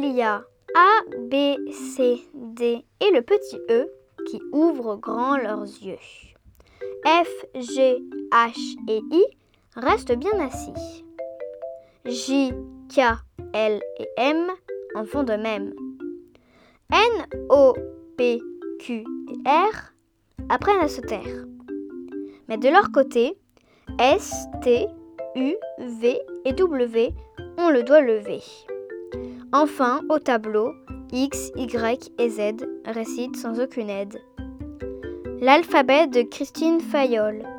il y a A, B, C, D et le petit E qui ouvrent grand leurs yeux. F, G, H et I restent bien assis. J, K, L et M en font de même. N, O, P, Q et R apprennent à se taire. Mais de leur côté, S, T, U, V et W ont le doigt levé. Enfin, au tableau, X, Y et Z récitent sans aucune aide. L'alphabet de Christine Fayolle.